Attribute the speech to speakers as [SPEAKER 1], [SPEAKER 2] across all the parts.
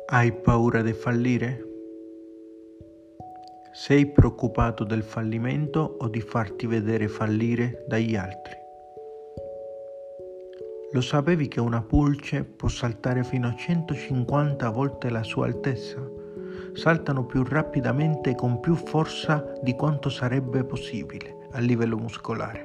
[SPEAKER 1] Hai paura di fallire? Sei preoccupato del fallimento o di farti vedere fallire dagli altri? Lo sapevi che una pulce può saltare fino a 150 volte la sua altezza? Saltano più rapidamente e con più forza di quanto sarebbe possibile a livello muscolare.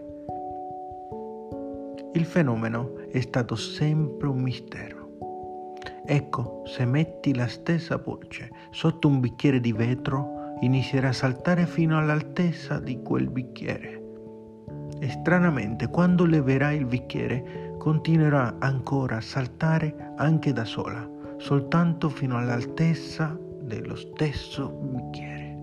[SPEAKER 1] Il fenomeno è stato sempre un mistero. Ecco, se metti la stessa pulce sotto un bicchiere di vetro, inizierà a saltare fino all'altezza di quel bicchiere. E stranamente, quando leverai il bicchiere, continuerà ancora a saltare anche da sola, soltanto fino all'altezza dello stesso bicchiere.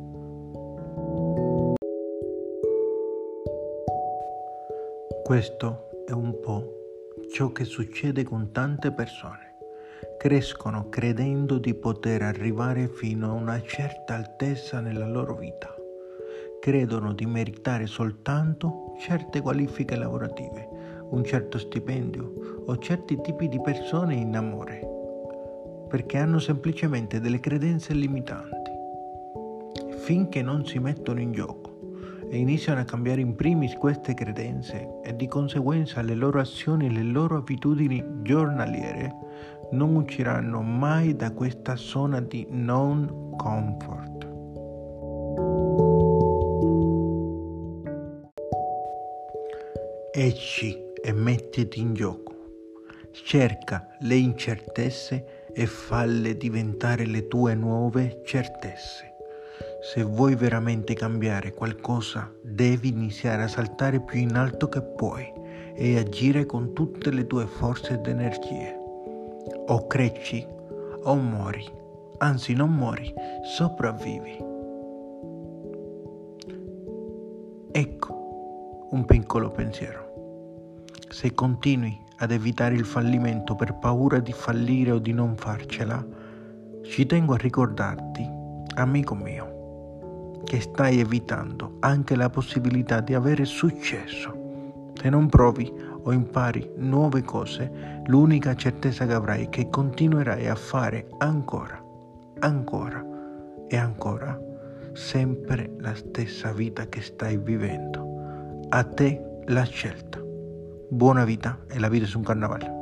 [SPEAKER 1] Questo è un po' ciò che succede con tante persone. Crescono credendo di poter arrivare fino a una certa altezza nella loro vita. Credono di meritare soltanto certe qualifiche lavorative, un certo stipendio o certi tipi di persone in amore, perché hanno semplicemente delle credenze limitanti. Finché non si mettono in gioco e iniziano a cambiare in primis queste credenze e di conseguenza le loro azioni e le loro abitudini giornaliere, non usciranno mai da questa zona di non comfort. Esci e mettiti in gioco. Cerca le incertezze e falle diventare le tue nuove certezze. Se vuoi veramente cambiare qualcosa, devi iniziare a saltare più in alto che puoi e agire con tutte le tue forze ed energie. O cresci o muori, anzi non muori, sopravvivi. Ecco un piccolo pensiero. Se continui ad evitare il fallimento per paura di fallire o di non farcela, ci tengo a ricordarti, amico mio, che stai evitando anche la possibilità di avere successo. Se non provi o impari nuove cose, l'unica certezza che avrai è che continuerai a fare ancora e ancora sempre la stessa vita che stai vivendo. A te la scelta. Buona vita e la vita è un carnevale.